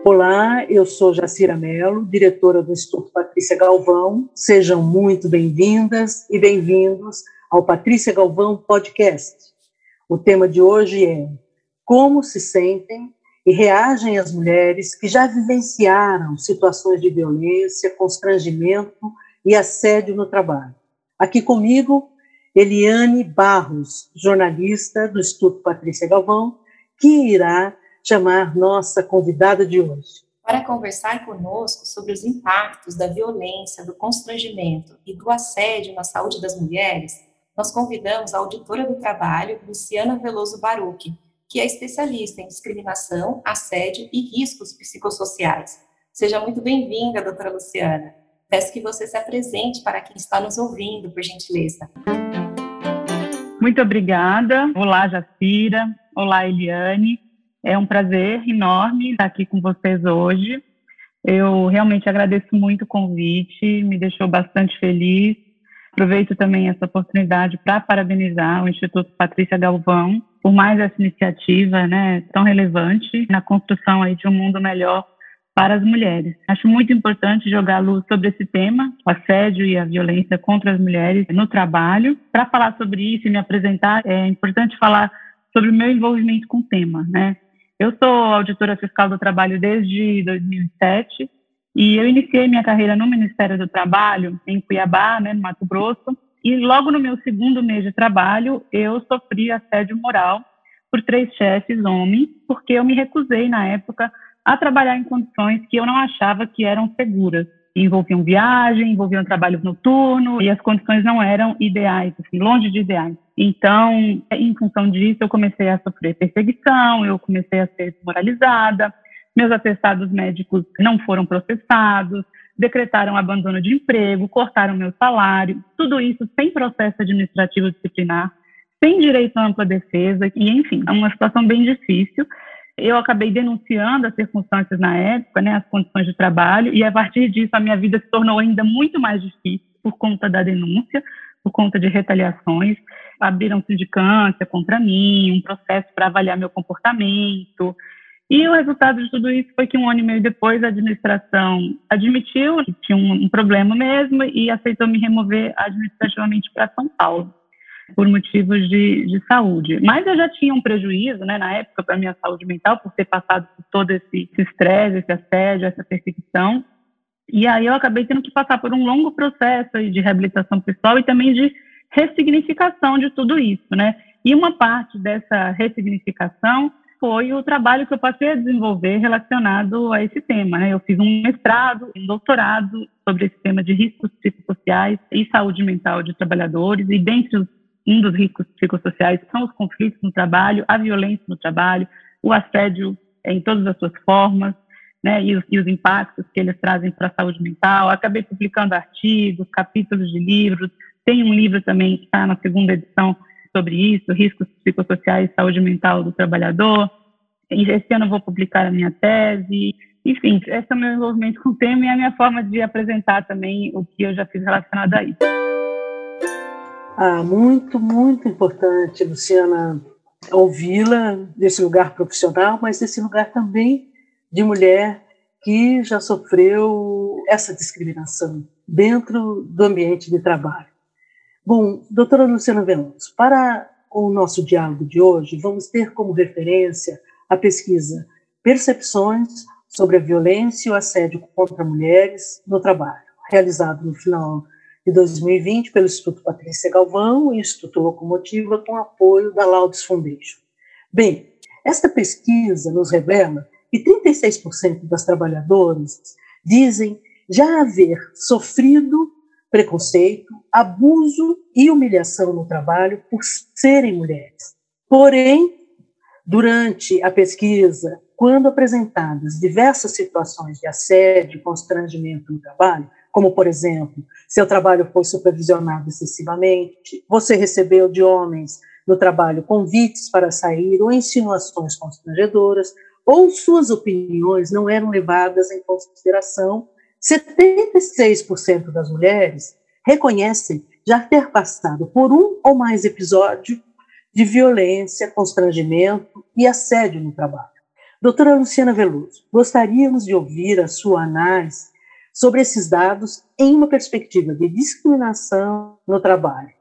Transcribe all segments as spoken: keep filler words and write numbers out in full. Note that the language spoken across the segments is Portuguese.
Olá, eu sou Jacira Mello, diretora do Instituto Patrícia Galvão. Sejam muito bem-vindas e bem-vindos ao Patrícia Galvão Podcast. O tema de hoje é como se sentem e reagem as mulheres que já vivenciaram situações de violência, constrangimento e assédio no trabalho. Aqui comigo, Eliane Barros, jornalista do Instituto Patrícia Galvão, que irá chamar nossa convidada de hoje. Para conversar conosco sobre os impactos da violência, do constrangimento e do assédio na saúde das mulheres, nós convidamos a auditora do trabalho, Luciana Veloso Baruch, que é especialista em discriminação, assédio e riscos psicossociais. Seja muito bem-vinda, doutora Luciana. Peço que você se apresente para quem está nos ouvindo, por gentileza. Muito obrigada. Olá, Jacira. Olá, Eliane. É um prazer enorme estar aqui com vocês hoje. Eu realmente agradeço muito o convite, me deixou bastante feliz. Aproveito também essa oportunidade para parabenizar o Instituto Patrícia Galvão por mais essa iniciativa, né, tão relevante na construção aí de um mundo melhor para as mulheres. Acho muito importante jogar a luz sobre esse tema, o assédio e a violência contra as mulheres no trabalho. Para falar sobre isso e me apresentar, é importante falar sobre o meu envolvimento com o tema, né? Eu sou auditora fiscal do trabalho desde dois mil e sete e eu iniciei minha carreira no Ministério do Trabalho, em Cuiabá, né, no Mato Grosso, e logo no meu segundo mês de trabalho eu sofri assédio moral por três chefes homens, porque eu me recusei na época a trabalhar em condições que eu não achava que eram seguras. Envolviam viagem, envolviam trabalho noturno e as condições não eram ideais, assim, longe de ideais. Então, em função disso, eu comecei a sofrer perseguição, eu comecei a ser desmoralizada, meus atestados médicos não foram processados, decretaram abandono de emprego, cortaram meu salário, tudo isso sem processo administrativo disciplinar, sem direito à ampla defesa, e enfim, é uma situação bem difícil. Eu acabei denunciando as circunstâncias na época, né, as condições de trabalho, e a partir disso a minha vida se tornou ainda muito mais difícil por conta da denúncia, por conta de retaliações. Abriram sindicância contra mim, um processo para avaliar meu comportamento. E o resultado de tudo isso foi que um ano e meio depois a administração admitiu que tinha um, um problema mesmo e aceitou me remover administrativamente para São Paulo, por motivos de, de saúde. Mas eu já tinha um prejuízo, né, na época, para a minha saúde mental, por ter passado por todo esse estresse, esse assédio, essa perseguição. E aí eu acabei tendo que passar por um longo processo aí de reabilitação pessoal e também de ressignificação de tudo isso, né? E uma parte dessa ressignificação foi o trabalho que eu passei a desenvolver relacionado a esse tema, né? Eu fiz um mestrado, um doutorado sobre esse tema de riscos psicossociais e saúde mental de trabalhadores, e dentre os um dos riscos psicossociais são os conflitos no trabalho, a violência no trabalho, o assédio em todas as suas formas, né, e, os, e os impactos que eles trazem para a saúde mental. Acabei publicando artigos, capítulos de livros. Tem um livro também que está na segunda edição sobre isso, riscos psicossociais e saúde mental do trabalhador. E esse ano eu vou publicar a minha tese. Enfim, esse é o meu envolvimento com o tema e a minha forma de apresentar também o que eu já fiz relacionado a isso. Ah, muito, muito importante, Luciana, ouvi-la desse lugar profissional, mas desse lugar também de mulher que já sofreu essa discriminação dentro do ambiente de trabalho. Bom, doutora Luciana Veloso, para o nosso diálogo de hoje, vamos ter como referência a pesquisa Percepções sobre a Violência e o Assédio contra Mulheres no Trabalho, realizado no final de dois mil e vinte pelo Instituto Patrícia Galvão e Instituto Locomotiva, com apoio da Laudes Foundation. Bem, esta pesquisa nos revela que trinta e seis por cento das trabalhadoras dizem já haver sofrido preconceito, abuso e humilhação no trabalho por serem mulheres. Porém, durante a pesquisa, quando apresentadas diversas situações de assédio e constrangimento no trabalho, como, por exemplo, seu trabalho foi supervisionado excessivamente, você recebeu de homens no trabalho convites para sair ou insinuações constrangedoras, ou suas opiniões não eram levadas em consideração, setenta e seis por cento das mulheres reconhecem já ter passado por um ou mais episódios de violência, constrangimento e assédio no trabalho. Doutora Luciana Veloso, gostaríamos de ouvir a sua análise sobre esses dados em uma perspectiva de discriminação no trabalho.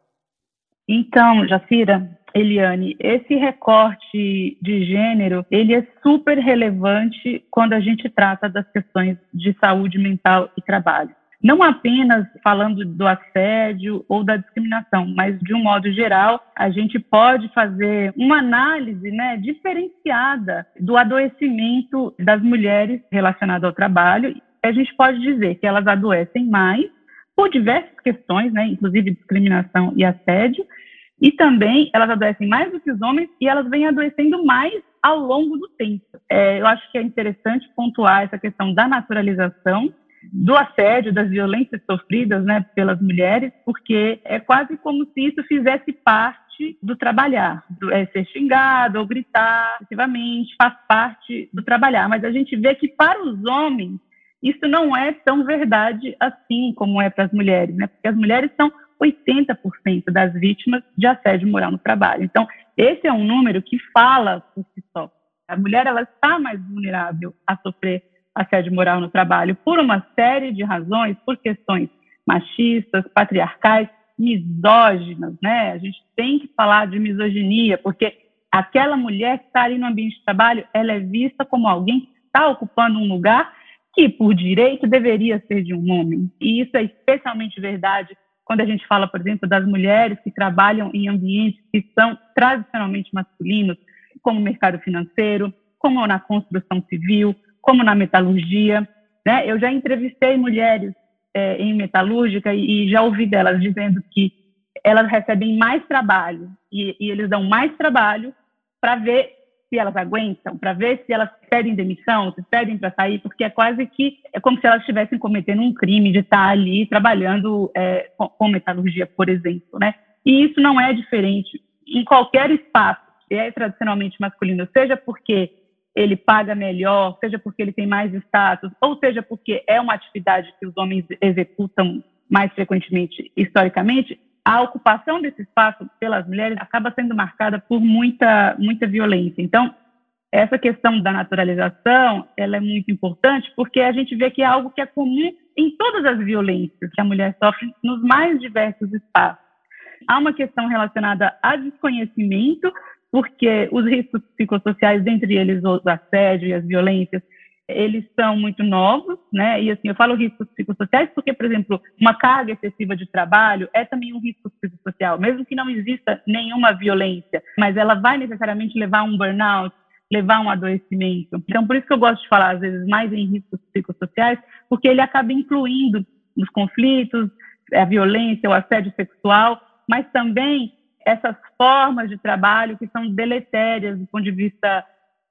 Então, Jacira, Eliane, esse recorte de gênero, ele é super relevante quando a gente trata das questões de saúde mental e trabalho. Não apenas falando do assédio ou da discriminação, mas de um modo geral, a gente pode fazer uma análise, né, diferenciada do adoecimento das mulheres relacionado ao trabalho. A gente pode dizer que elas adoecem mais por diversas questões, né, inclusive discriminação e assédio, e também elas adoecem mais do que os homens e elas vêm adoecendo mais ao longo do tempo. É, eu acho que é interessante pontuar essa questão da naturalização do assédio, das violências sofridas, né, pelas mulheres, porque é quase como se isso fizesse parte do trabalhar, do, é, ser xingado ou gritar excessivamente, faz parte do trabalhar. Mas a gente vê que para os homens isso não é tão verdade assim como é para as mulheres, né? Porque as mulheres são oitenta por cento das vítimas de assédio moral no trabalho. Então, esse é um número que fala por si só. A mulher ela está mais vulnerável a sofrer assédio moral no trabalho por uma série de razões, por questões machistas, patriarcais, misóginas, né? A gente tem que falar de misoginia, porque aquela mulher que está ali no ambiente de trabalho, ela é vista como alguém que está ocupando um lugar que, por direito, deveria ser de um homem. E isso é especialmente verdade quando a gente fala, por exemplo, das mulheres que trabalham em ambientes que são tradicionalmente masculinos, como o mercado financeiro, como na construção civil, como na metalurgia, né? Eu já entrevistei mulheres é, em metalúrgica e, e já ouvi delas dizendo que elas recebem mais trabalho e, e eles dão mais trabalho para ver se elas aguentam, para ver se elas pedem demissão, se pedem para sair, porque é quase que é como se elas estivessem cometendo um crime de estar ali trabalhando é, com, com metalurgia, por exemplo, né? E isso não é diferente em qualquer espaço que é tradicionalmente masculino, seja porque ele paga melhor, seja porque ele tem mais status, ou seja porque é uma atividade que os homens executam mais frequentemente historicamente, a ocupação desse espaço pelas mulheres acaba sendo marcada por muita, muita violência. Então, essa questão da naturalização, ela é muito importante porque a gente vê que é algo que é comum em todas as violências que a mulher sofre nos mais diversos espaços. Há uma questão relacionada a desconhecimento, porque os riscos psicossociais, dentre eles o assédio e as violências, eles são muito novos, né? E assim, eu falo riscos psicossociais porque, por exemplo, uma carga excessiva de trabalho é também um risco psicossocial, mesmo que não exista nenhuma violência, mas ela vai necessariamente levar a um burnout, levar a um adoecimento. Então, por isso que eu gosto de falar, às vezes, mais em riscos psicossociais, porque ele acaba incluindo os conflitos, a violência, o assédio sexual, mas também essas formas de trabalho que são deletérias do ponto de vista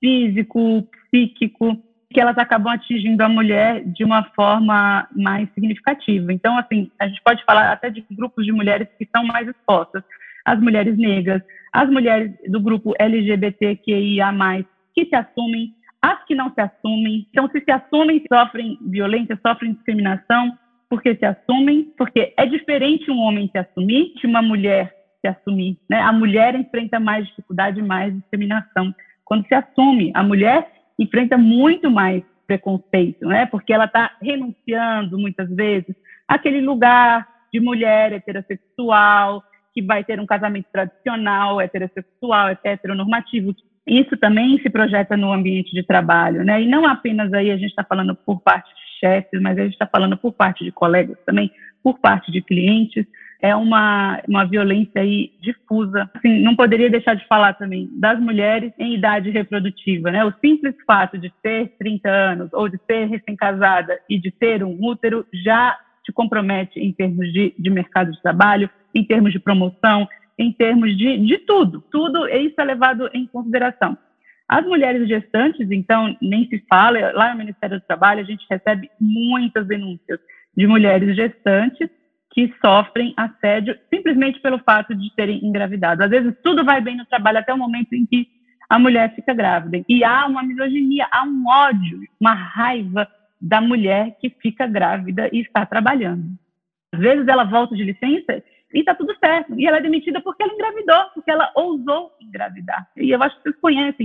físico, psíquico, que elas acabam atingindo a mulher de uma forma mais significativa. Então, assim, a gente pode falar até de grupos de mulheres que são mais expostas. As mulheres negras, as mulheres do grupo L G B T Q I A mais, que se assumem, as que não se assumem. Então, se se assumem, sofrem violência, sofrem discriminação, porque se assumem, porque é diferente um homem se assumir de uma mulher se assumir, né? A mulher enfrenta mais dificuldade, mais discriminação. Quando se assume, a mulher enfrenta muito mais preconceito, né? Porque ela está renunciando, muitas vezes, àquele lugar de mulher heterossexual, que vai ter um casamento tradicional, heterossexual, heteronormativo. Isso também se projeta no ambiente de trabalho, né? E não apenas aí a gente está falando por parte de chefes, mas a gente está falando por parte de colegas também, por parte de clientes. É uma, uma violência aí difusa. Assim, não poderia deixar de falar também das mulheres em idade reprodutiva, né? O simples fato de ter trinta anos ou de ser recém-casada e de ter um útero já te compromete em termos de, de mercado de trabalho, em termos de promoção, em termos de, de tudo. Tudo isso é levado em consideração. As mulheres gestantes, então, nem se fala. Lá no Ministério do Trabalho, a gente recebe muitas denúncias de mulheres gestantes que sofrem assédio simplesmente pelo fato de terem engravidado. Às vezes tudo vai bem no trabalho até o momento em que a mulher fica grávida. E há uma misoginia, há um ódio, uma raiva da mulher que fica grávida e está trabalhando. Às vezes ela volta de licença e está tudo certo. E ela é demitida porque ela engravidou, porque ela ousou engravidar. E eu acho que vocês conhecem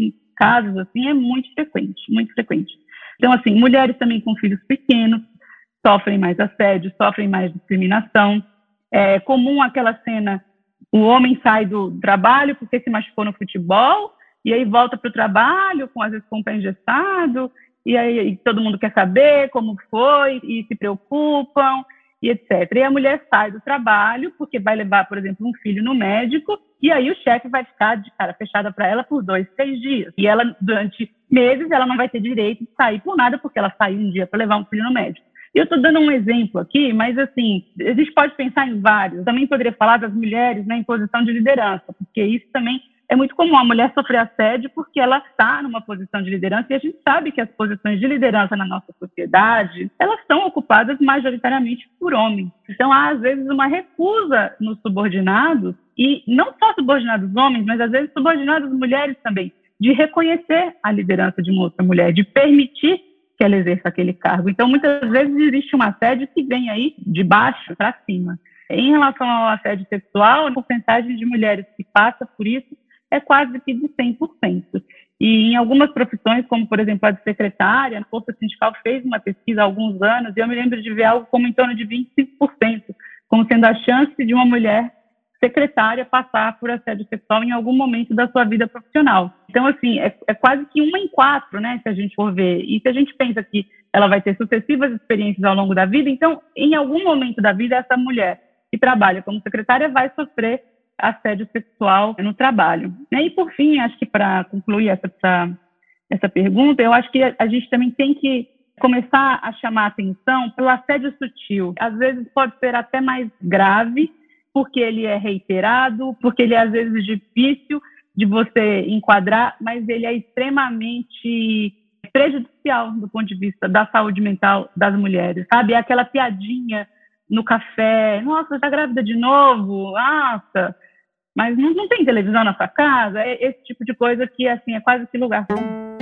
casos, assim, é muito frequente, muito frequente. Então, assim, mulheres também com filhos pequenos sofrem mais assédio, sofrem mais discriminação. É comum aquela cena, o homem sai do trabalho porque se machucou no futebol, e aí volta para o trabalho, com, às vezes com o pé engessado, e aí e todo mundo quer saber como foi, e se preocupam, e etcétera. E a mulher sai do trabalho porque vai levar, por exemplo, um filho no médico, e aí o chefe vai ficar de cara fechada para ela por dois, três dias. E ela, durante meses, ela não vai ter direito de sair por nada, porque ela saiu um dia para levar um filho no médico. E eu estou dando um exemplo aqui, mas assim, a gente pode pensar em vários. Também poderia falar das mulheres, né, em posição de liderança, porque isso também é muito comum. A mulher sofrer assédio porque ela está numa posição de liderança, e a gente sabe que as posições de liderança na nossa sociedade, elas são ocupadas majoritariamente por homens. Então, há, às vezes, uma recusa nos subordinados, e não só subordinados homens, mas, às vezes, subordinadas mulheres também, de reconhecer a liderança de uma outra mulher, de permitir que ela exerça aquele cargo. Então, muitas vezes, existe um assédio que vem aí de baixo para cima. Em relação ao assédio sexual, a porcentagem de mulheres que passa por isso é quase que de cem por cento. E em algumas profissões, como, por exemplo, a de secretária, a Força Sindical fez uma pesquisa há alguns anos, e eu me lembro de ver algo como em torno de vinte e cinco por cento, como sendo a chance de uma mulher secretária passar por assédio sexual em algum momento da sua vida profissional. Então, assim, é, é quase que uma em quatro, né, se a gente for ver. E se a gente pensa que ela vai ter sucessivas experiências ao longo da vida, então, em algum momento da vida, essa mulher que trabalha como secretária vai sofrer assédio sexual no trabalho. E, por fim, acho que para concluir essa, essa, essa pergunta, eu acho que a, a gente também tem que começar a chamar a atenção pelo assédio sutil. Às vezes pode ser até mais grave, porque ele é reiterado, porque ele é, às vezes, difícil de você enquadrar, mas ele é extremamente prejudicial do ponto de vista da saúde mental das mulheres, sabe? É aquela piadinha no café, nossa, está grávida de novo, nossa, mas não, não tem televisão na sua casa? É esse tipo de coisa que, assim, é quase que lugar comum.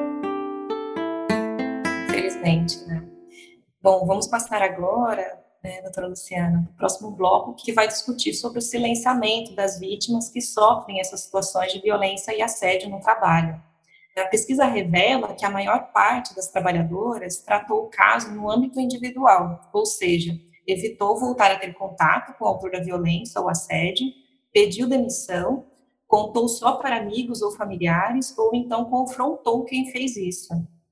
Infelizmente, né? Bom, vamos passar agora, né, doutora Luciana, para o próximo bloco, que vai discutir sobre o silenciamento das vítimas que sofrem essas situações de violência e assédio no trabalho. A pesquisa revela que a maior parte das trabalhadoras tratou o caso no âmbito individual, ou seja, evitou voltar a ter contato com o autor da violência ou assédio, pediu demissão, contou só para amigos ou familiares, ou então confrontou quem fez isso.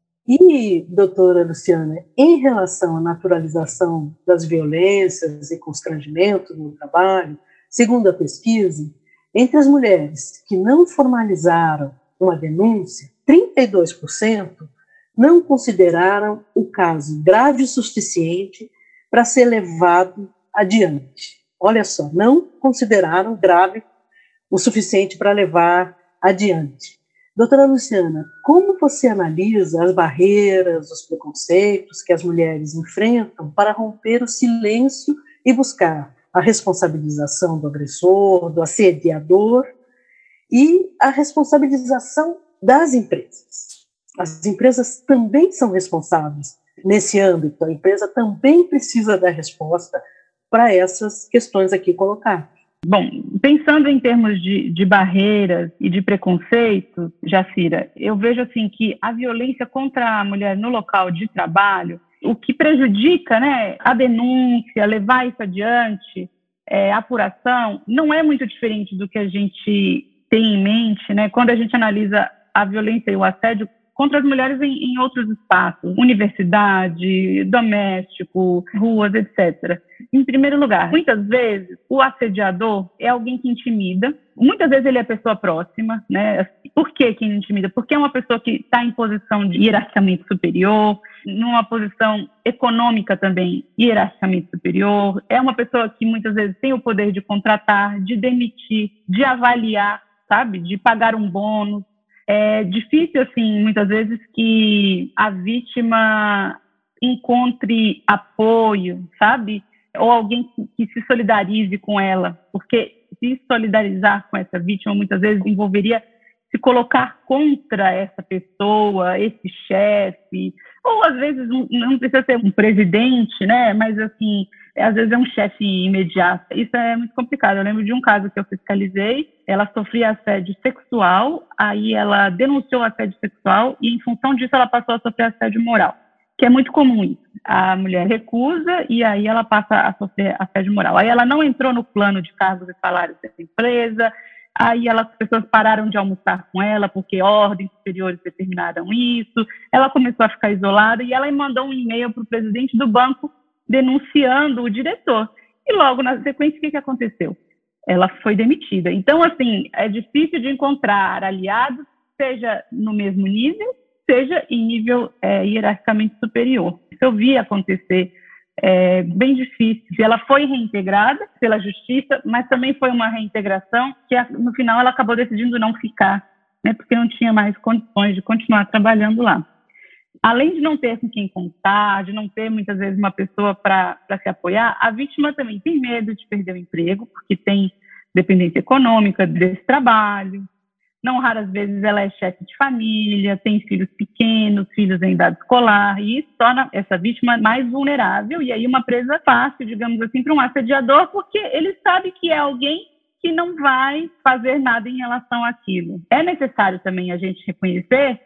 E, doutora Luciana, em relação à naturalização das violências e constrangimentos no trabalho, segundo a pesquisa, entre as mulheres que não formalizaram uma denúncia, trinta e dois por cento não consideraram o caso grave o suficiente para ser levado adiante. Olha só, não consideraram grave o suficiente para levar adiante. Doutora Luciana, como você analisa as barreiras, os preconceitos que as mulheres enfrentam para romper o silêncio e buscar a responsabilização do agressor, do assediador e a responsabilização das empresas? As empresas também são responsáveis nesse âmbito, a empresa também precisa dar resposta para essas questões aqui colocadas. Bom, pensando em termos de, de barreiras e de preconceito, Jacira, eu vejo assim que a violência contra a mulher no local de trabalho, o que prejudica, né, a denúncia, levar isso adiante, é, a apuração, não é muito diferente do que a gente tem em mente, né, quando a gente analisa a violência e o assédio contra as mulheres em, em outros espaços, universidade, doméstico, ruas, etcétera. Em primeiro lugar, muitas vezes o assediador é alguém que intimida, muitas vezes ele é a pessoa próxima, né? Por que que intimida? Porque é uma pessoa que está em posição de hierarquicamente superior, numa posição econômica também hierarquicamente superior, é uma pessoa que muitas vezes tem o poder de contratar, de demitir, de avaliar, sabe? De pagar um bônus. É difícil, assim, muitas vezes que a vítima encontre apoio, sabe? Ou alguém que, que se solidarize com ela, porque se solidarizar com essa vítima muitas vezes envolveria se colocar contra essa pessoa, esse chefe, ou às vezes não, não precisa ser um presidente, né? Mas assim, às vezes é um chefe imediato. Isso é muito complicado. Eu lembro de um caso que eu fiscalizei, ela sofria assédio sexual, aí ela denunciou assédio sexual e, em função disso, ela passou a sofrer assédio moral, que é muito comum isso. A mulher recusa e aí ela passa a sofrer assédio moral. Aí ela não entrou no plano de cargos e salários dessa empresa, aí ela, as pessoas pararam de almoçar com ela porque ordens superiores determinaram isso, ela começou a ficar isolada e ela mandou um e-mail para o presidente do banco denunciando o diretor. E logo na sequência, o que, que aconteceu? Ela foi demitida. Então, assim, é difícil de encontrar aliados, seja no mesmo nível, seja em nível é, hierarquicamente superior. Isso eu vi acontecer, é bem difícil. Ela foi reintegrada pela justiça, mas também foi uma reintegração que, no final, ela acabou decidindo não ficar, né, porque não tinha mais condições de continuar trabalhando lá. Além de não ter com quem contar, de não ter, muitas vezes, uma pessoa para se apoiar, a vítima também tem medo de perder o emprego, porque tem dependência econômica desse trabalho. Não raras vezes ela é chefe de família, tem filhos pequenos, filhos em idade escolar, e isso torna essa vítima mais vulnerável, e aí uma presa fácil, digamos assim, para um assediador, porque ele sabe que é alguém que não vai fazer nada em relação àquilo. É necessário também a gente reconhecer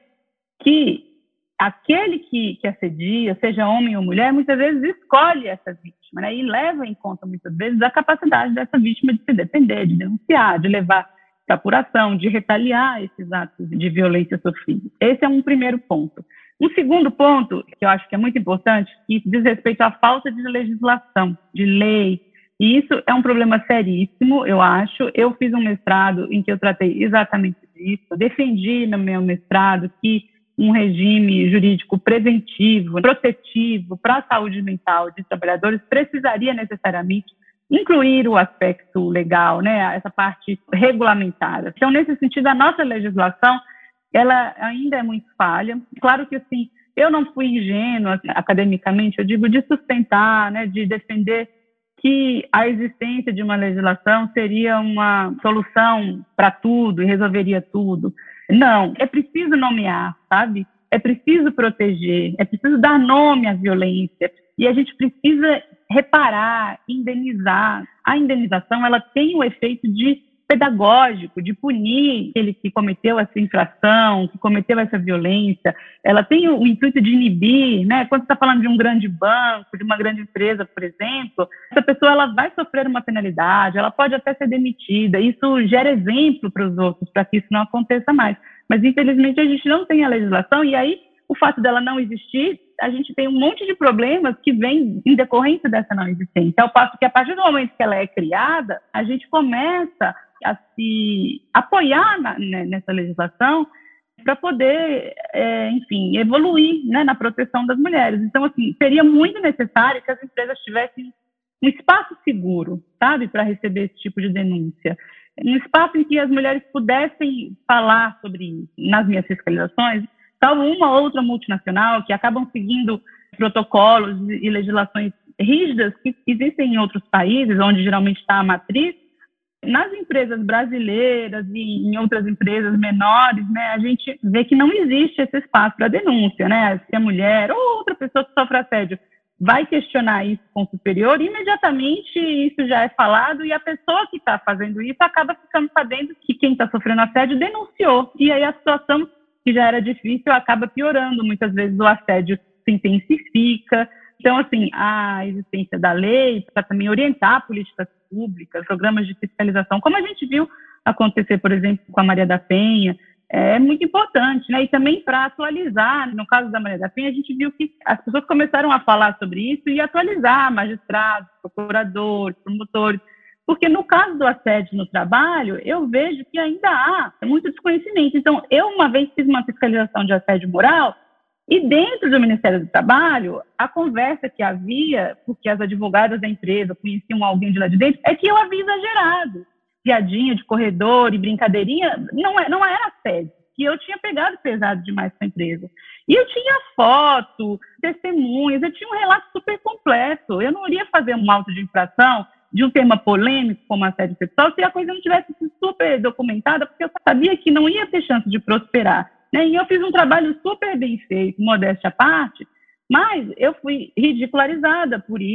que aquele que, que assedia, seja homem ou mulher, muitas vezes escolhe essa vítima, né, e leva em conta, muitas vezes, a capacidade dessa vítima de se defender, de denunciar, de levar para apuração, de retaliar esses atos de violência sofridos. Esse é um primeiro ponto. Um segundo ponto, que eu acho que é muito importante, que diz respeito à falta de legislação, de lei, e isso é um problema seríssimo, eu acho. Eu fiz um mestrado em que eu tratei exatamente disso, eu defendi no meu mestrado que um regime jurídico preventivo, protetivo para a saúde mental de trabalhadores precisaria necessariamente incluir o aspecto legal, né, essa parte regulamentar. Então, nesse sentido, a nossa legislação, ela ainda é muito falha. Claro que, assim, eu não fui ingênua academicamente, eu digo de sustentar, né, de defender que a existência de uma legislação seria uma solução para tudo e resolveria tudo. Não, é preciso nomear, sabe? É preciso proteger, é preciso dar nome à violência e a gente precisa reparar, indenizar. A indenização, ela tem o efeito de pedagógico, de punir aquele que cometeu essa infração, que cometeu essa violência. Ela tem o intuito de inibir, né? Quando você está falando de um grande banco, de uma grande empresa, por exemplo, essa pessoa ela vai sofrer uma penalidade, ela pode até ser demitida. Isso gera exemplo para os outros, para que isso não aconteça mais. Mas, infelizmente, a gente não tem a legislação e aí o fato dela não existir, a gente tem um monte de problemas que vêm em decorrência dessa não existência. Ao passo que, a partir do momento que ela é criada, a gente começa a se apoiar na, né, nessa legislação para poder, é, enfim, evoluir, né, na proteção das mulheres. Então, assim, seria muito necessário que as empresas tivessem um espaço seguro, sabe, para receber esse tipo de denúncia. Um espaço em que as mulheres pudessem falar sobre isso. Nas minhas fiscalizações, salvo uma ou outra multinacional que acabam seguindo protocolos e legislações rígidas que existem em outros países, onde geralmente está a matriz, nas empresas brasileiras e em outras empresas menores, né, a gente vê que não existe esse espaço para denúncia, né? Se a mulher ou outra pessoa que sofre assédio vai questionar isso com o superior, imediatamente isso já é falado e a pessoa que está fazendo isso acaba ficando sabendo que quem está sofrendo assédio denunciou. E aí a situação, que já era difícil, acaba piorando. Muitas vezes o assédio se intensifica. Então, assim, a existência da lei para também orientar políticas públicas, programas de fiscalização, como a gente viu acontecer, por exemplo, com a Maria da Penha, é muito importante, né? E também para atualizar. No caso da Maria da Penha, a gente viu que as pessoas começaram a falar sobre isso e atualizar magistrados, procuradores, promotores, porque no caso do assédio no trabalho, eu vejo que ainda há muito desconhecimento. Então, eu uma vez fiz uma fiscalização de assédio moral e dentro do Ministério do Trabalho, a conversa que havia, porque as advogadas da empresa conheciam alguém de lá de dentro, é que eu havia exagerado. Piadinha de corredor e brincadeirinha, não, é, não era assédio, que eu tinha pegado pesado demais com a empresa. E eu tinha foto, testemunhas, eu tinha um relato super completo. Eu não iria fazer um auto de infração de um tema polêmico como assédio sexual se a coisa não tivesse sido super documentada, porque eu sabia que não ia ter chance de prosperar, né? E eu fiz um trabalho super bem feito, modéstia à parte, mas eu fui ridicularizada por isso.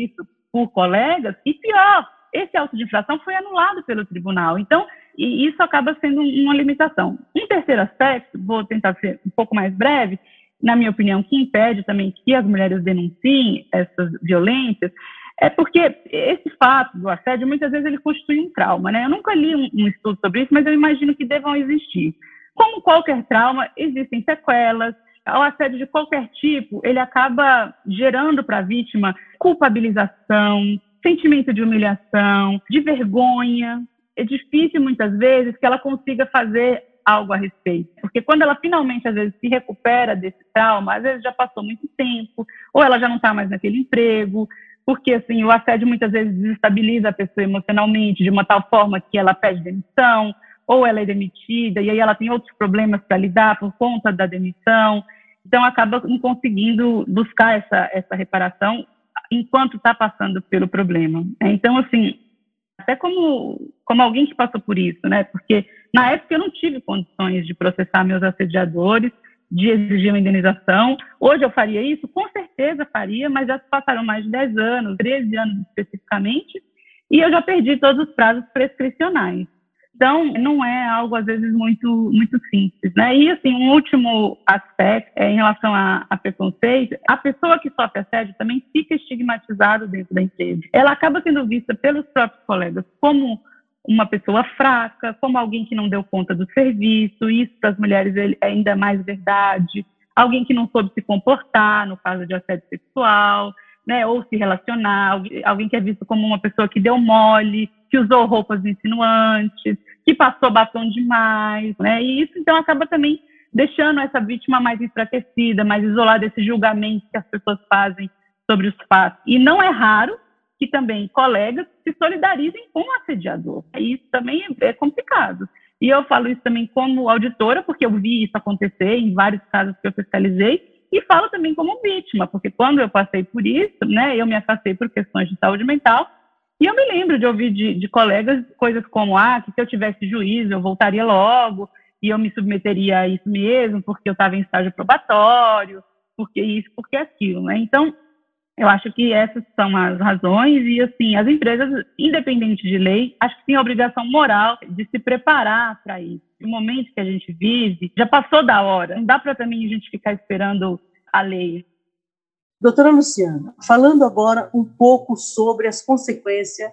por colegas, e pior, esse auto de infração foi anulado pelo tribunal. Então, e isso acaba sendo uma limitação. Um terceiro aspecto, vou tentar ser um pouco mais breve, na minha opinião, que impede também que as mulheres denunciem essas violências, é porque esse fato do assédio, muitas vezes, ele constitui um trauma, né? Eu nunca li um, um estudo sobre isso, mas eu imagino que devam existir. Como qualquer trauma, existem sequelas. O assédio de qualquer tipo, ele acaba gerando para a vítima culpabilização, sentimento de humilhação, de vergonha. É difícil, muitas vezes, que ela consiga fazer algo a respeito. Porque quando ela finalmente, às vezes, se recupera desse trauma, às vezes já passou muito tempo, ou ela já não está mais naquele emprego, porque assim, o assédio muitas vezes desestabiliza a pessoa emocionalmente de uma tal forma que ela pede demissão, ou ela é demitida, e aí ela tem outros problemas para lidar por conta da demissão. Então, acaba não conseguindo buscar essa, essa reparação enquanto está passando pelo problema. Então, assim, até como, como alguém que passou por isso, né? Porque na época eu não tive condições de processar meus assediadores, de exigir uma indenização. Hoje eu faria isso? Com certeza faria, mas já se passaram mais de dez anos, treze anos especificamente, e eu já perdi todos os prazos prescricionais. Então, não é algo, às vezes, muito, muito simples, né? E, assim, um último aspecto é em relação a, a preconceito. A pessoa que sofre assédio também fica estigmatizada dentro da empresa. Ela acaba sendo vista pelos próprios colegas como uma pessoa fraca, como alguém que não deu conta do serviço. Isso, para as mulheres, é ainda mais verdade. Alguém que não soube se comportar no caso de assédio sexual, né, ou se relacionar, alguém que é visto como uma pessoa que deu mole, que usou roupas insinuantes, que passou batom demais, né, e isso então acaba também deixando essa vítima mais enfraquecida, mais isolada desse julgamento que as pessoas fazem sobre os fatos. E não é raro que também colegas se solidarizem com o assediador. Isso também é complicado. E eu falo isso também como auditora, porque eu vi isso acontecer em vários casos que eu fiscalizei, e falo também como vítima, porque quando eu passei por isso, né, eu me afastei por questões de saúde mental, e eu me lembro de ouvir de, de colegas coisas como, ah, que se eu tivesse juízo, eu voltaria logo, e eu me submeteria a isso mesmo, porque eu estava em estágio probatório, porque isso, porque aquilo, né? Então, eu acho que essas são as razões, e assim, as empresas, independente de lei, acho que têm a obrigação moral de se preparar para isso. O momento que a gente vive já passou da hora, não dá para também a gente ficar esperando a lei. Doutora Luciana, falando agora um pouco sobre as consequências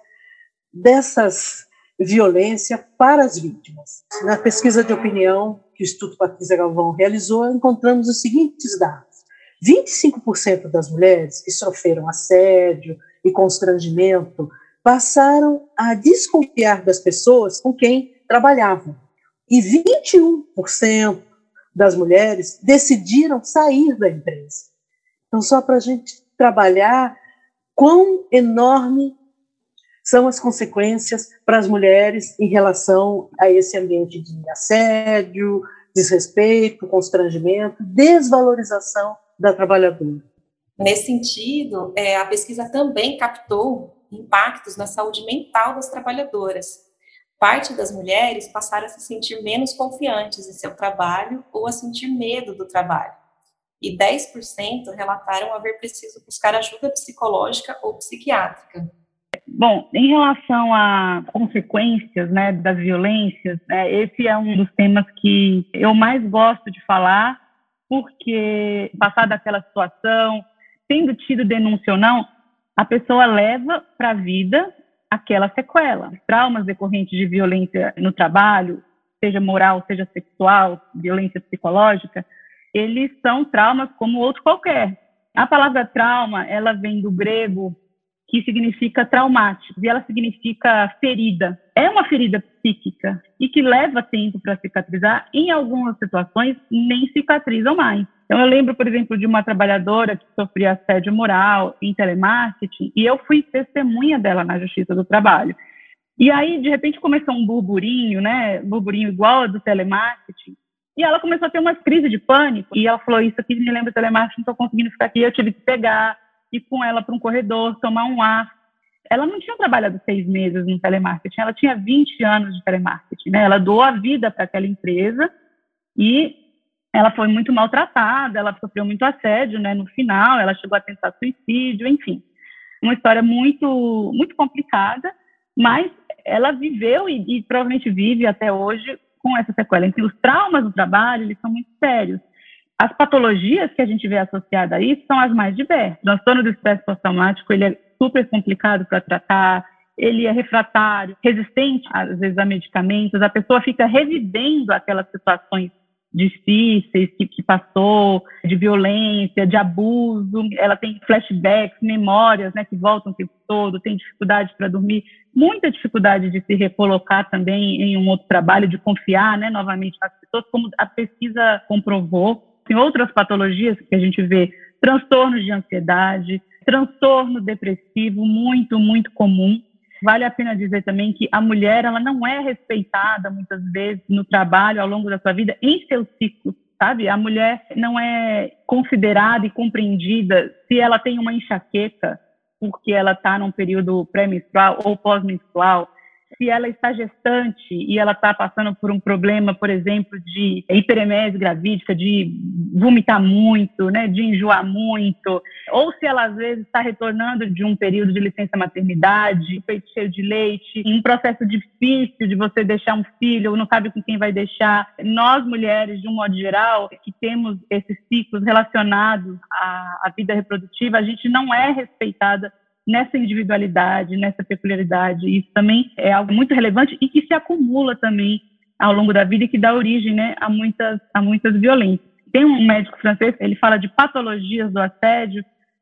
dessas violências para as vítimas. Na pesquisa de opinião que o Instituto Patrícia Galvão realizou, encontramos os seguintes dados. vinte e cinco por cento das mulheres que sofreram assédio e constrangimento passaram a desconfiar das pessoas com quem trabalhavam. E vinte e um por cento das mulheres decidiram sair da empresa. Então, só para a gente trabalhar quão enorme são as consequências para as mulheres em relação a esse ambiente de assédio, desrespeito, constrangimento, desvalorização da trabalhadora. Nesse sentido, é, a pesquisa também captou impactos na saúde mental das trabalhadoras. Parte das mulheres passaram a se sentir menos confiantes em seu trabalho ou a sentir medo do trabalho. E dez por cento relataram haver preciso buscar ajuda psicológica ou psiquiátrica. Bom, em relação a consequências, né, das violências, né, esse é um dos temas que eu mais gosto de falar, porque passar daquela situação, tendo tido denúncia ou não, a pessoa leva para a vida aquela sequela. Traumas decorrentes de violência no trabalho, seja moral, seja sexual, violência psicológica, eles são traumas como outro qualquer. A palavra trauma, ela vem do grego, que significa traumático, e ela significa ferida. É uma ferida psíquica e que leva tempo para cicatrizar. Em algumas situações, nem cicatrizam mais. Então, eu lembro, por exemplo, de uma trabalhadora que sofria assédio moral em telemarketing, e eu fui testemunha dela na Justiça do Trabalho. E aí, de repente, começou um burburinho, né? Burburinho igual ao do telemarketing. E ela começou a ter uma crise de pânico. E ela falou, isso aqui me lembra telemarketing, não estou conseguindo ficar aqui. Eu tive que pegar, ir com ela para um corredor, tomar um ar. Ela não tinha trabalhado seis meses no telemarketing, ela tinha vinte anos de telemarketing, né? Ela doou a vida para aquela empresa e ela foi muito maltratada, ela sofreu muito assédio, né? No final, ela chegou a tentar suicídio, enfim. uma história muito, muito complicada, mas ela viveu e, e provavelmente vive até hoje com essa sequela. Então, os traumas do trabalho, eles são muito sérios. As patologias que a gente vê associadas a isso são as mais diversas. O transtorno do estresse pós-traumático, ele é super complicado para tratar, ele é refratário, resistente, às vezes, a medicamentos, a pessoa fica revivendo aquelas situações difíceis que, que passou, de violência, de abuso, ela tem flashbacks, memórias, né, que voltam o tempo todo, tem dificuldade para dormir, muita dificuldade de se recolocar também em um outro trabalho, de confiar, né, novamente nas pessoas, como a pesquisa comprovou. Tem outras patologias que a gente vê, transtornos de ansiedade, transtorno depressivo, muito, muito comum. Vale a pena dizer também que a mulher, ela não é respeitada muitas vezes no trabalho ao longo da sua vida em seus ciclos, sabe? A mulher não é considerada e compreendida se ela tem uma enxaqueca porque ela está num período pré-menstrual ou pós-menstrual, se ela está gestante e ela está passando por um problema, por exemplo, de hiperemese gravídica, de vomitar muito, né, de enjoar muito, ou se ela, às vezes, está retornando de um período de licença maternidade, peito cheio de leite, um processo difícil de você deixar um filho, não sabe com quem vai deixar. Nós, mulheres, de um modo geral, que temos esses ciclos relacionados à, à vida reprodutiva, a gente não é respeitada nessa individualidade, nessa peculiaridade. Isso também é algo muito relevante e que se acumula também ao longo da vida e que dá origem, né, a muitas, a muitas violências. Tem um médico francês, ele fala de patologias do assédio,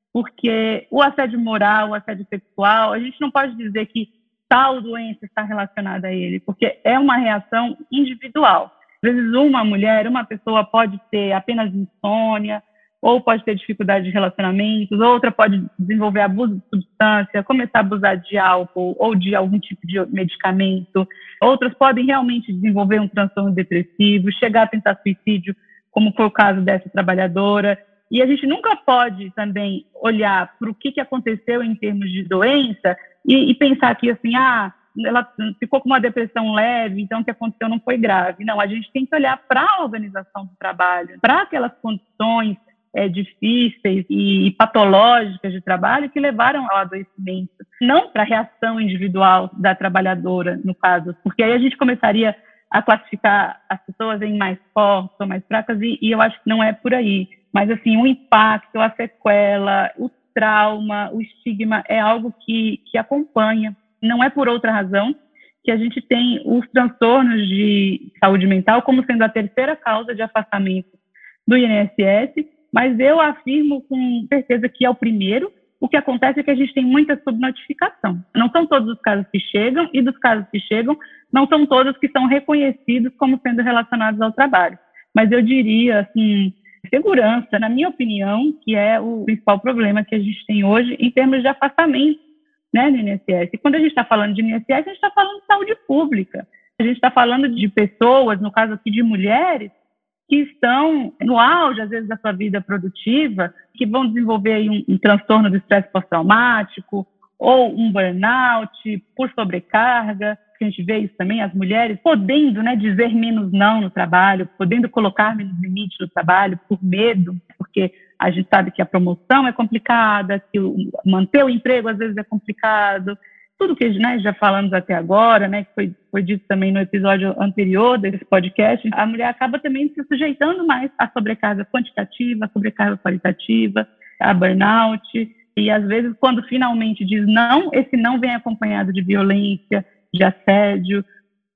porque o assédio moral, o assédio sexual, a gente não pode dizer que tal doença está relacionada a ele, porque é uma reação individual. Às vezes uma mulher, uma pessoa pode ter apenas insônia, ou pode ter dificuldade de relacionamentos, outra pode desenvolver abuso de substância, começar a abusar de álcool ou de algum tipo de medicamento. Outras podem realmente desenvolver um transtorno depressivo, chegar a tentar suicídio, como foi o caso dessa trabalhadora. E a gente nunca pode também olhar para o que, que aconteceu em termos de doença e, e pensar que, assim, ah, ela ficou com uma depressão leve, então o que aconteceu não foi grave. Não, a gente tem que olhar para a organização do trabalho, para aquelas condições É, difíceis e, e patológicas de trabalho que levaram ao adoecimento, não para a reação individual da trabalhadora, no caso, porque aí a gente começaria a classificar as pessoas em mais fortes ou mais fracas, e, e eu acho que não é por aí. Mas, assim, o impacto, a sequela, o trauma, o estigma é algo que, que acompanha. Não é por outra razão que a gente tem os transtornos de saúde mental como sendo a terceira causa de afastamento do I N S S, mas eu afirmo com certeza que é o primeiro. O que acontece é que a gente tem muita subnotificação. Não são todos os casos que chegam, e dos casos que chegam, não são todos que são reconhecidos como sendo relacionados ao trabalho. Mas eu diria, assim, segurança, na minha opinião, que é o principal problema que a gente tem hoje em termos de afastamento, né, do I N S S. E quando a gente está falando de I N S S, a gente está falando de saúde pública. A gente está falando de pessoas, no caso aqui de mulheres, que estão no auge, às vezes, da sua vida produtiva, que vão desenvolver aí um, um transtorno do estresse pós-traumático ou um burnout por sobrecarga, que a gente vê isso também, as mulheres podendo, né, dizer menos não no trabalho, podendo colocar menos limite no trabalho por medo, porque a gente sabe que a promoção é complicada, que o, manter o emprego às vezes é complicado, tudo que, né, já falamos até agora, né, que foi, foi dito também no episódio anterior desse podcast, a mulher acaba também se sujeitando mais à sobrecarga quantitativa, à sobrecarga qualitativa, a burnout, e às vezes quando finalmente diz não, esse não vem acompanhado de violência, de assédio.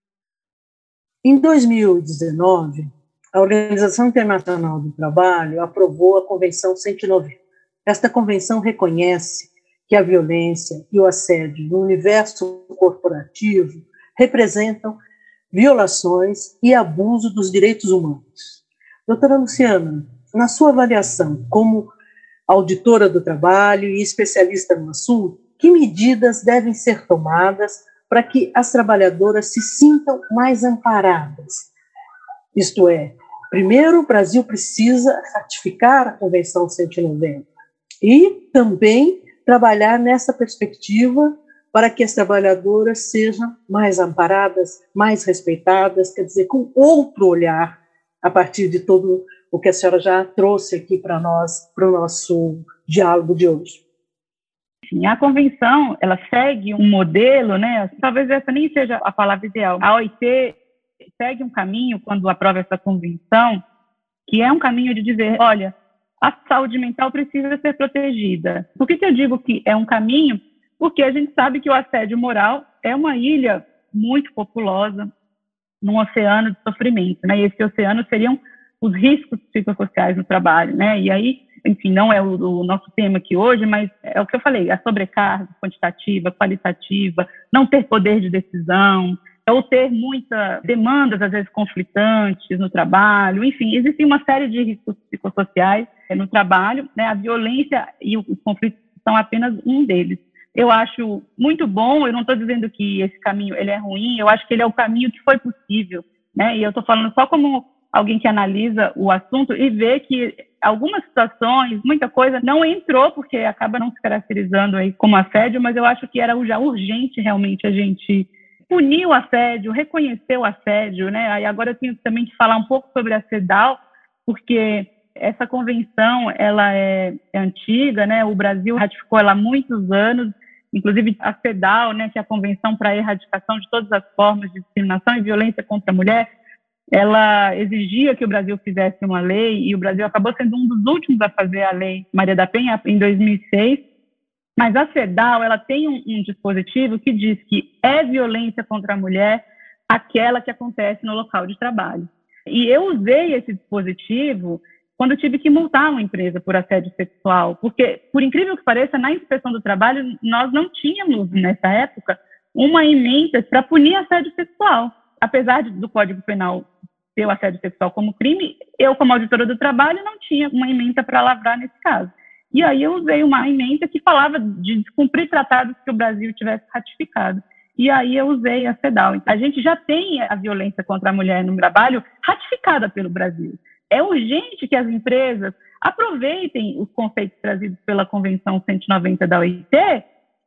Em dois mil e dezenove, a Organização Internacional do Trabalho aprovou a Convenção cento e noventa. Esta convenção reconhece que a violência e o assédio no universo corporativo representam violações e abuso dos direitos humanos. Doutora Luciana, na sua avaliação como auditora do trabalho e especialista no assunto, que medidas devem ser tomadas para que as trabalhadoras se sintam mais amparadas? Isto é, primeiro, o Brasil precisa ratificar a Convenção cento e noventa e também trabalhar nessa perspectiva para que as trabalhadoras sejam mais amparadas, mais respeitadas, quer dizer, com outro olhar, a partir de todo o que a senhora já trouxe aqui para nós, para o nosso diálogo de hoje. Enfim, a convenção, ela segue um modelo, né? Talvez essa nem seja a palavra ideal. A O I T segue um caminho, quando aprova essa convenção, que é um caminho de dizer, olha, a saúde mental precisa ser protegida. Por que que eu digo que é um caminho? Porque a gente sabe que o assédio moral é uma ilha muito populosa num oceano de sofrimento, né? E esse oceano seriam os riscos psicossociais no trabalho, né? E aí, enfim, não é o, o nosso tema aqui hoje, mas é o que eu falei, a sobrecarga quantitativa, qualitativa, não ter poder de decisão, ou ter muitas demandas, às vezes, conflitantes no trabalho, enfim, existem uma série de riscos psicossociais no trabalho, né? A violência e os conflitos são apenas um deles. Eu acho muito bom, eu não estou dizendo que esse caminho ele é ruim, eu acho que ele é o caminho que foi possível, né? E eu estou falando só como alguém que analisa o assunto e vê que algumas situações, muita coisa não entrou, porque acaba não se caracterizando aí como assédio, mas eu acho que era já urgente realmente a gente punir o assédio, reconhecer o assédio, né? Aí agora eu tenho também que falar um pouco sobre a CEDAW, porque essa convenção, ela é, é antiga, né? O Brasil ratificou ela há muitos anos, inclusive a CEDAW, né, que é a Convenção para a Erradicação de Todas as Formas de Discriminação e Violência contra a Mulher, ela exigia que o Brasil fizesse uma lei, e o Brasil acabou sendo um dos últimos a fazer a Lei Maria da Penha, em dois mil e seis, mas a CEDAW, ela tem um, um dispositivo que diz que é violência contra a mulher aquela que acontece no local de trabalho. E eu usei esse dispositivo quando eu tive que multar uma empresa por assédio sexual, porque, por incrível que pareça, na inspeção do trabalho, nós não tínhamos, nessa época, uma ementa para punir assédio sexual. Apesar de, do Código Penal ter o assédio sexual como crime, eu, como auditora do trabalho, não tinha uma ementa para lavrar nesse caso. E aí eu usei uma ementa que falava de descumprir tratados que o Brasil tivesse ratificado. E aí eu usei a CEDAW. A gente já tem a violência contra a mulher no trabalho ratificada pelo Brasil. É urgente que as empresas aproveitem os conceitos trazidos pela Convenção cento e noventa da O I T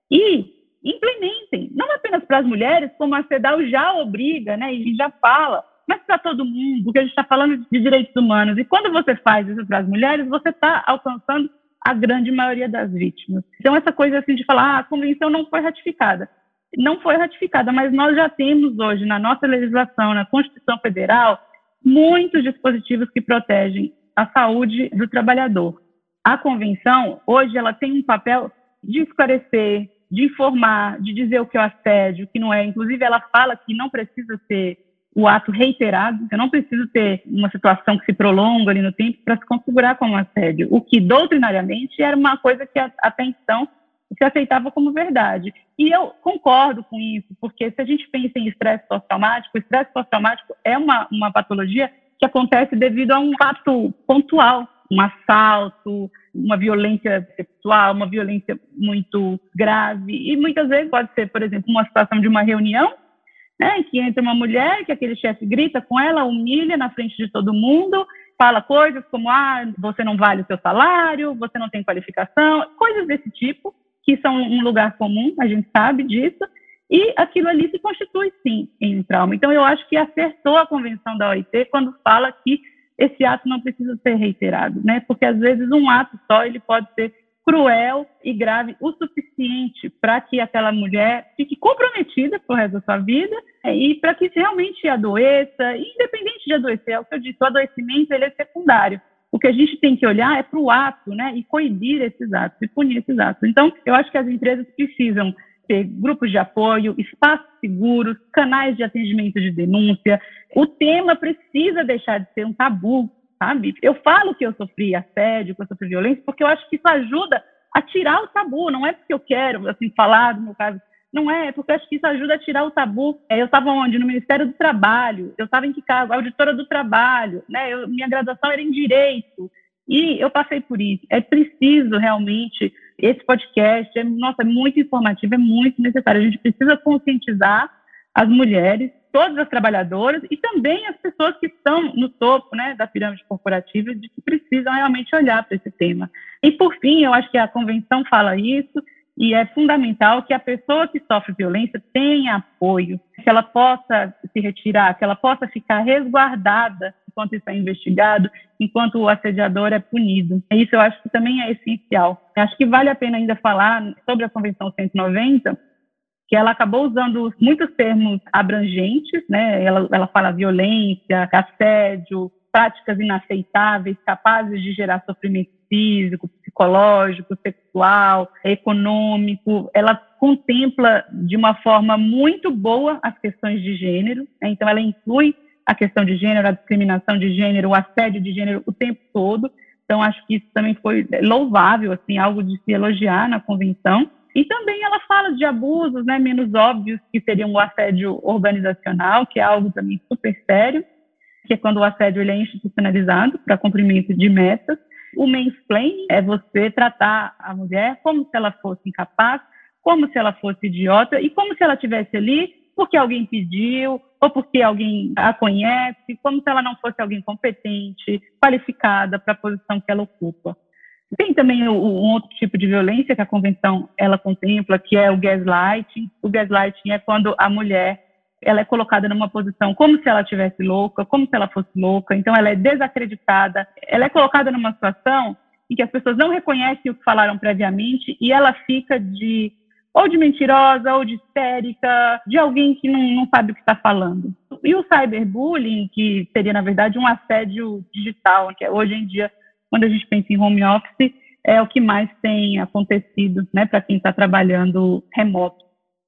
e implementem, não apenas para as mulheres, como a CEDAW já obriga, né, e já fala, mas para todo mundo, porque a gente está falando de direitos humanos. E quando você faz isso para as mulheres, você está alcançando a grande maioria das vítimas. Então, essa coisa assim de falar, ah, a convenção não foi ratificada. Não foi ratificada, mas nós já temos hoje, na nossa legislação, na Constituição Federal, muitos dispositivos que protegem a saúde do trabalhador. A convenção, hoje, ela tem um papel de esclarecer, de informar, de dizer o que é o assédio, o que não é. Inclusive, ela fala que não precisa ser o ato reiterado, eu não preciso ter uma situação que se prolonga ali no tempo para se configurar como assédio, o que doutrinariamente era uma coisa que até então se aceitava como verdade. E eu concordo com isso, porque se a gente pensa em estresse pós-traumático, o estresse pós-traumático é uma, uma patologia que acontece devido a um fato pontual, um assalto, uma violência sexual, uma violência muito grave, e muitas vezes pode ser, por exemplo, uma situação de uma reunião, né, que entra uma mulher, que aquele chefe grita com ela, humilha na frente de todo mundo, fala coisas como, ah, você não vale o seu salário, você não tem qualificação, coisas desse tipo, que são um lugar comum, a gente sabe disso, e aquilo ali se constitui, sim, em um trauma. Então, eu acho que acertou a Convenção da O I T quando fala que esse ato não precisa ser reiterado, né? Porque, às vezes, um ato só, ele pode ser cruel e grave o suficiente para que aquela mulher fique comprometida pro resto da sua vida e para que realmente adoeça, independente de adoecer, é o que eu disse, o adoecimento ele é secundário. O que a gente tem que olhar é para o ato, né, e coibir esses atos, e punir esses atos. Então, eu acho que as empresas precisam ter grupos de apoio, espaços seguros, canais de atendimento de denúncia. O tema precisa deixar de ser um tabu, sabe? Eu falo que eu sofri assédio, que eu sofri violência, porque eu acho que isso ajuda a tirar o tabu. Não é porque eu quero, assim, falar do meu caso. Não é, é porque eu acho que isso ajuda a tirar o tabu. Eu estava onde? No Ministério do Trabalho. Eu estava em que cargo? Auditora do Trabalho. Né? Eu, minha graduação era em Direito. E eu passei por isso. É preciso, realmente, esse podcast, é, nossa, é muito informativo, é muito necessário. A gente precisa conscientizar as mulheres, todas as trabalhadoras e também as pessoas que estão no topo, né, da pirâmide corporativa, de que precisam realmente olhar para esse tema. E, por fim, eu acho que a Convenção fala isso, e é fundamental que a pessoa que sofre violência tenha apoio, que ela possa se retirar, que ela possa ficar resguardada enquanto isso é investigado, enquanto o assediador é punido. Isso eu acho que também é essencial. Eu acho que vale a pena ainda falar sobre a Convenção cento e noventa, que ela acabou usando muitos termos abrangentes, né? Ela, ela fala violência, assédio, práticas inaceitáveis, capazes de gerar sofrimento físico, psicológico, sexual, econômico. Ela contempla de uma forma muito boa as questões de gênero, né? Então ela inclui a questão de gênero, a discriminação de gênero, o assédio de gênero o tempo todo. Então acho que isso também foi louvável, assim, algo de se elogiar na convenção. E também ela fala de abusos, né, menos óbvios, que seriam o assédio organizacional, que é algo também super sério, que é quando o assédio ele é institucionalizado para cumprimento de metas. O mansplaining é você tratar a mulher como se ela fosse incapaz, como se ela fosse idiota e como se ela estivesse ali porque alguém pediu ou porque alguém a conhece, como se ela não fosse alguém competente, qualificada para a posição que ela ocupa. Tem também o, um outro tipo de violência que a Convenção ela contempla, que é o gaslighting. O gaslighting é quando a mulher ela é colocada numa posição como se ela estivesse louca, como se ela fosse louca, então ela é desacreditada, ela é colocada numa situação em que as pessoas não reconhecem o que falaram previamente e ela fica de ou de mentirosa, ou de histérica, de alguém que não, não sabe o que está falando. E o cyberbullying, que seria, na verdade, um assédio digital, que é, hoje em dia, quando a gente pensa em home office, é o que mais tem acontecido, né, para quem está trabalhando remoto.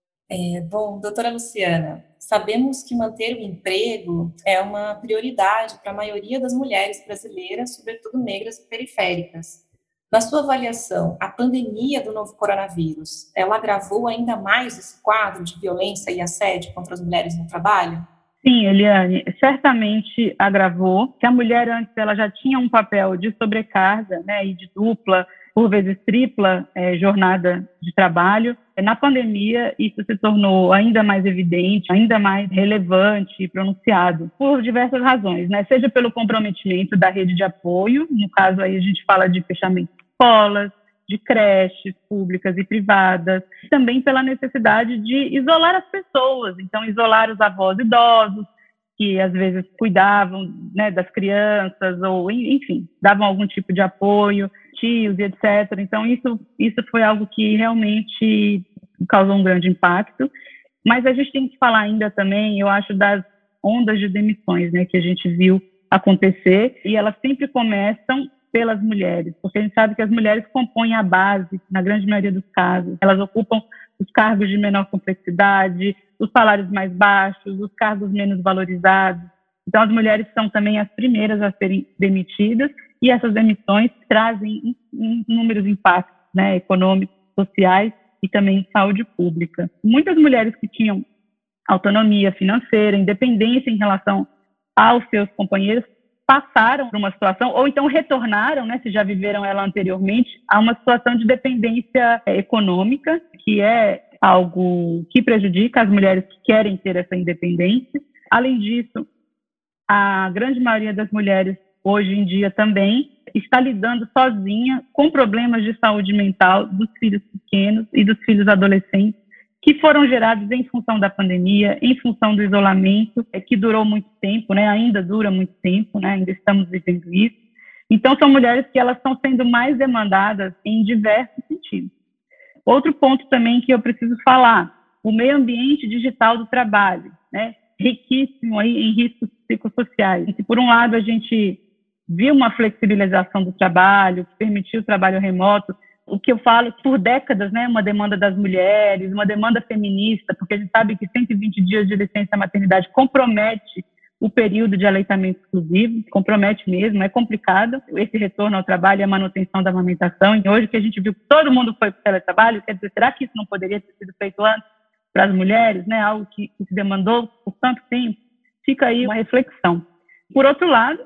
É, bom, doutora Luciana, sabemos que manter o emprego é uma prioridade para a maioria das mulheres brasileiras, sobretudo negras e periféricas. Na sua avaliação, a pandemia do novo coronavírus, ela agravou ainda mais esse quadro de violência e assédio contra as mulheres no trabalho? Sim, Eliane, certamente agravou, que a mulher antes ela já tinha um papel de sobrecarga, né, e de dupla, por vezes tripla é, jornada de trabalho. Na pandemia, isso se tornou ainda mais evidente, ainda mais relevante e pronunciado, por diversas razões, né? Seja pelo comprometimento da rede de apoio, no caso aí a gente fala de fechamento de escolas, de creches públicas e privadas, também pela necessidade de isolar as pessoas, então isolar os avós idosos, que às vezes cuidavam, né, das crianças, ou enfim, davam algum tipo de apoio, tios e etcétera. Então isso, isso foi algo que realmente causou um grande impacto, mas a gente tem que falar ainda também, eu acho, das ondas de demissões, né, que a gente viu acontecer, e elas sempre começam pelas mulheres, porque a gente sabe que as mulheres compõem a base, na grande maioria dos casos. Elas ocupam os cargos de menor complexidade, os salários mais baixos, os cargos menos valorizados. Então, as mulheres são também as primeiras a serem demitidas, e essas demissões trazem inúmeros impactos, né, econômicos, sociais e também saúde pública. Muitas mulheres que tinham autonomia financeira, independência em relação aos seus companheiros, passaram por uma situação, ou então retornaram, né, se já viveram ela anteriormente, a uma situação de dependência econômica, que é algo que prejudica as mulheres que querem ter essa independência. Além disso, a grande maioria das mulheres, hoje em dia também, está lidando sozinha com problemas de saúde mental dos filhos pequenos e dos filhos adolescentes, que foram gerados em função da pandemia, em função do isolamento, que durou muito tempo, né? Ainda dura muito tempo, né? Ainda estamos vivendo isso. Então, são mulheres que elas estão sendo mais demandadas em diversos sentidos. Outro ponto também que eu preciso falar, o meio ambiente digital do trabalho, né? Riquíssimo aí em riscos psicossociais. E se, por um lado, a gente viu uma flexibilização do trabalho, que permitiu o trabalho remoto, o que eu falo por décadas, né, uma demanda das mulheres, uma demanda feminista, porque a gente sabe que cento e vinte dias de licença maternidade compromete o período de aleitamento exclusivo, compromete mesmo, é complicado esse retorno ao trabalho e a manutenção da amamentação. E hoje que a gente viu que todo mundo foi para o teletrabalho, quer dizer, será que isso não poderia ter sido feito antes para as mulheres, né, algo que, que se demandou por tanto tempo? Fica aí uma reflexão. Por outro lado,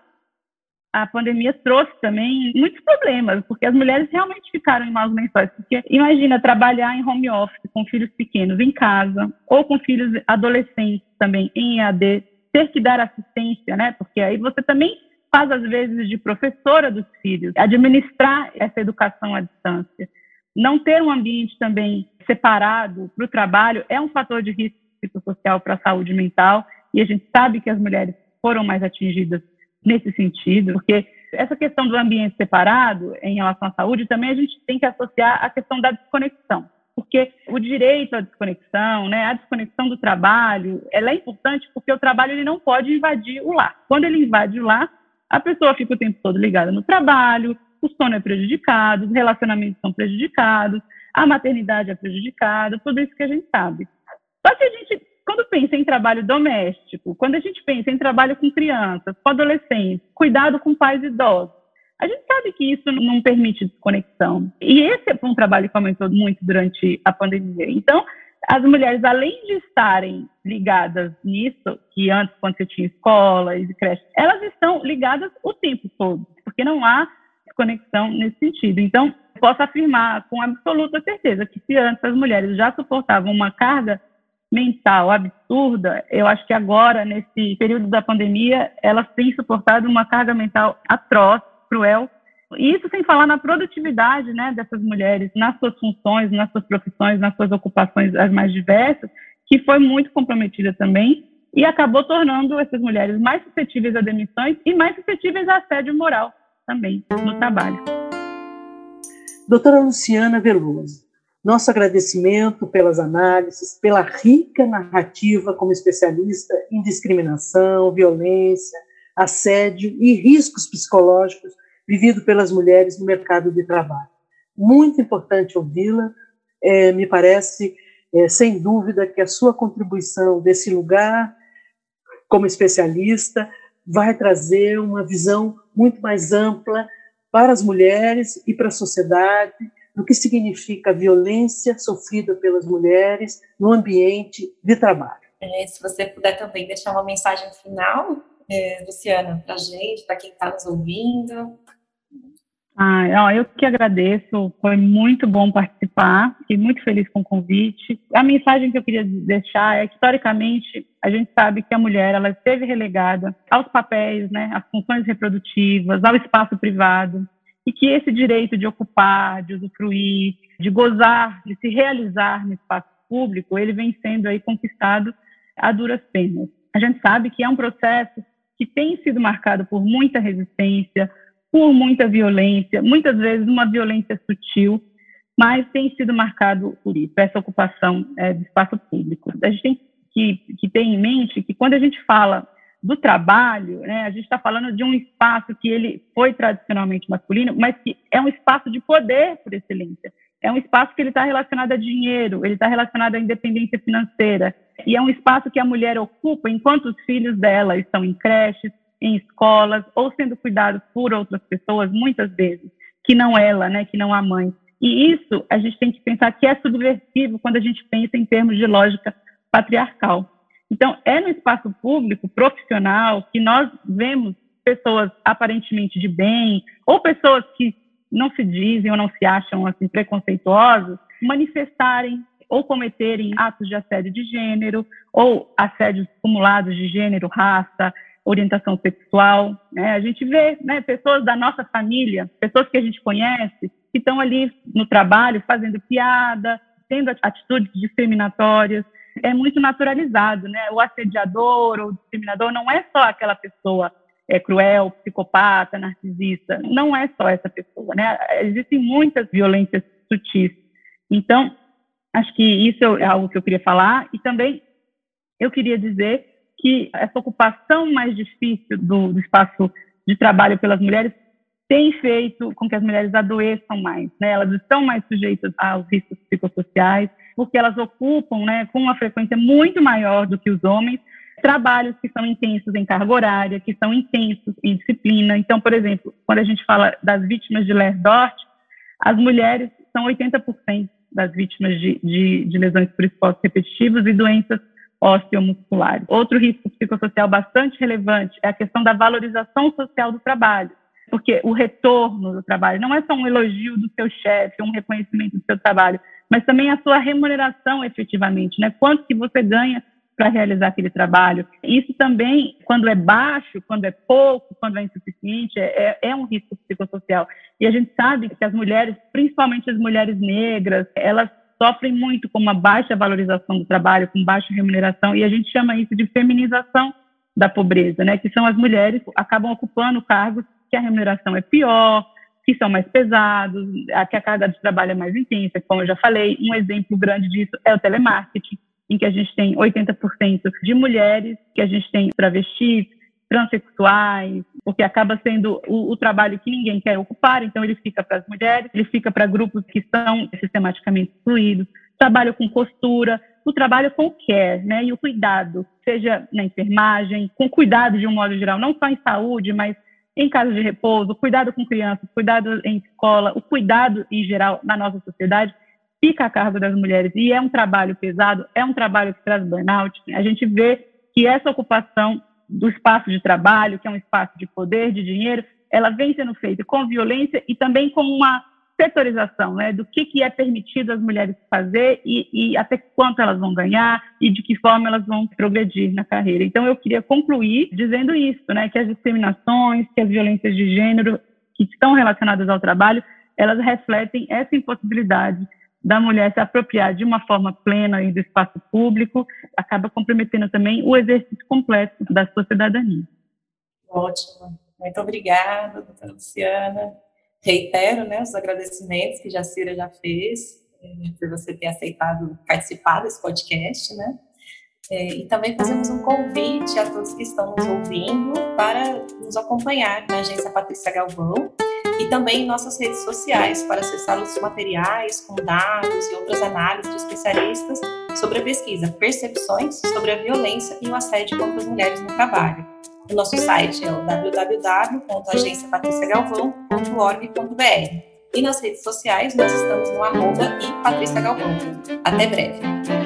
a pandemia trouxe também muitos problemas, porque as mulheres realmente ficaram em maus lençóis. Porque imagina trabalhar em home office com filhos pequenos em casa, ou com filhos adolescentes também em E A D, ter que dar assistência, né? Porque aí você também faz, às vezes, de professora dos filhos, administrar essa educação à distância. Não ter um ambiente também separado para o trabalho é um fator de risco psicossocial para a saúde mental, e a gente sabe que as mulheres foram mais atingidas nesse sentido, porque essa questão do ambiente separado em relação à saúde também a gente tem que associar a questão da desconexão, porque o direito à desconexão, né, a desconexão do trabalho, ela é importante porque o trabalho ele não pode invadir o lar. Quando ele invade o lar, a pessoa fica o tempo todo ligada no trabalho, o sono é prejudicado, os relacionamentos são prejudicados, a maternidade é prejudicada, tudo isso que a gente sabe. Só que a gente, quando pensa em trabalho doméstico, quando a gente pensa em trabalho com crianças, com adolescentes, cuidado com pais idosos, a gente sabe que isso não permite desconexão. E esse é um trabalho que aumentou muito durante a pandemia. Então, as mulheres, além de estarem ligadas nisso, que antes, quando você tinha escolas e creches, elas estão ligadas o tempo todo, porque não há desconexão nesse sentido. Então, posso afirmar com absoluta certeza que se antes as mulheres já suportavam uma carga mental absurda, eu acho que agora, nesse período da pandemia, elas têm suportado uma carga mental atroz, cruel, e isso sem falar na produtividade, né, dessas mulheres, nas suas funções, nas suas profissões, nas suas ocupações as mais diversas, que foi muito comprometida também, e acabou tornando essas mulheres mais suscetíveis a demissões e mais suscetíveis a assédio moral também no trabalho. Doutora Luciana Veloso, nosso agradecimento pelas análises, pela rica narrativa como especialista em discriminação, violência, assédio e riscos psicológicos vivido pelas mulheres no mercado de trabalho. Muito importante ouvi-la, é, me parece, é, sem dúvida, que a sua contribuição desse lugar, como especialista, vai trazer uma visão muito mais ampla para as mulheres e para a sociedade, do que significa a violência sofrida pelas mulheres no ambiente de trabalho. É, se você puder também deixar uma mensagem final, é, Luciana, para a gente, para quem está nos ouvindo. Ah, eu que agradeço, foi muito bom participar, fiquei muito feliz com o convite. A mensagem que eu queria deixar é que, historicamente, a gente sabe que a mulher ela esteve relegada aos papéis, né, às funções reprodutivas, ao espaço privado, e que esse direito de ocupar, de usufruir, de gozar, de se realizar no espaço público, ele vem sendo aí conquistado a duras penas. A gente sabe que é um processo que tem sido marcado por muita resistência, por muita violência, muitas vezes uma violência sutil, mas tem sido marcado por isso, essa ocupação é, do espaço público. A gente tem que, que ter em mente que quando a gente fala do trabalho, né, a gente está falando de um espaço que ele foi tradicionalmente masculino, mas que é um espaço de poder por excelência. É um espaço que ele está relacionado a dinheiro, ele está relacionado à independência financeira, e é um espaço que a mulher ocupa enquanto os filhos dela estão em creches, em escolas, ou sendo cuidados por outras pessoas, muitas vezes, que não ela, né, que não a mãe. E isso a gente tem que pensar que é subversivo quando a gente pensa em termos de lógica patriarcal. Então, é no espaço público, profissional, que nós vemos pessoas aparentemente de bem, ou pessoas que não se dizem ou não se acham assim, preconceituosos, manifestarem ou cometerem atos de assédio de gênero, ou assédios acumulados de gênero, raça, orientação sexual, né? A gente vê, né, pessoas da nossa família, pessoas que a gente conhece, que estão ali no trabalho fazendo piada, tendo atitudes discriminatórias. É muito naturalizado, né? O assediador ou o discriminador não é só aquela pessoa é, cruel, psicopata, narcisista, não é só essa pessoa, né? Existem muitas violências sutis. Então, acho que isso é algo que eu queria falar, e também eu queria dizer que essa ocupação mais difícil do, do espaço de trabalho pelas mulheres tem feito com que as mulheres adoeçam mais, né? Elas estão mais sujeitas aos riscos psicossociais, porque elas ocupam, né, com uma frequência muito maior do que os homens, trabalhos que são intensos em carga horária, que são intensos em disciplina. Então, por exemplo, quando a gente fala das vítimas de Lerdort, as mulheres são oitenta por cento das vítimas de, de, de lesões por esforços repetitivos e doenças osteomusculares. Outro risco psicossocial bastante relevante é a questão da valorização social do trabalho, porque o retorno do trabalho não é só um elogio do seu chefe, um reconhecimento do seu trabalho, mas também a sua remuneração efetivamente, né? Quanto que você ganha para realizar aquele trabalho. Isso também, quando é baixo, quando é pouco, quando é insuficiente, é, é um risco psicossocial. E a gente sabe que as mulheres, principalmente as mulheres negras, elas sofrem muito com uma baixa valorização do trabalho, com baixa remuneração, e a gente chama isso de feminização da pobreza, né, que são as mulheres que acabam ocupando cargos que a remuneração é pior, que são mais pesados, que a carga de trabalho é mais intensa, como eu já falei. Um exemplo grande disso é o telemarketing, em que a gente tem oitenta por cento de mulheres, que a gente tem travestis, transexuais, porque acaba sendo o, o trabalho que ninguém quer ocupar, então ele fica para as mulheres, ele fica para grupos que são sistematicamente excluídos, trabalho com costura, o trabalho com o care, né, e o cuidado, seja na enfermagem, com cuidado de um modo geral, não só em saúde, mas em casa de repouso, cuidado com crianças, cuidado em escola, o cuidado em geral na nossa sociedade, fica a cargo das mulheres, e é um trabalho pesado, é um trabalho que traz burnout. A gente vê que essa ocupação do espaço de trabalho, que é um espaço de poder, de dinheiro, ela vem sendo feita com violência e também com uma setorização, né, do que, que é permitido às mulheres fazer e, e até quanto elas vão ganhar e de que forma elas vão progredir na carreira. Então, eu queria concluir dizendo isso, né, que as discriminações, que as violências de gênero que estão relacionadas ao trabalho, elas refletem essa impossibilidade da mulher se apropriar de uma forma plena do espaço público, acaba comprometendo também o exercício completo da sua cidadania. Ótimo. Muito obrigada, doutora Luciana. Reitero, né, os agradecimentos que Jacira já fez, é, por você ter aceitado participar desse podcast, né? É, e também fazemos um convite a todos que estão nos ouvindo para nos acompanhar na Agência Patrícia Galvão e também em nossas redes sociais para acessar os materiais com dados e outras análises de especialistas sobre a pesquisa Percepções sobre a Violência e o Assédio contra as Mulheres no Trabalho. O nosso site é o w w w ponto agência patricia galvão ponto org ponto b r e nas redes sociais nós estamos no arroba e Patrícia Galvão. Até breve!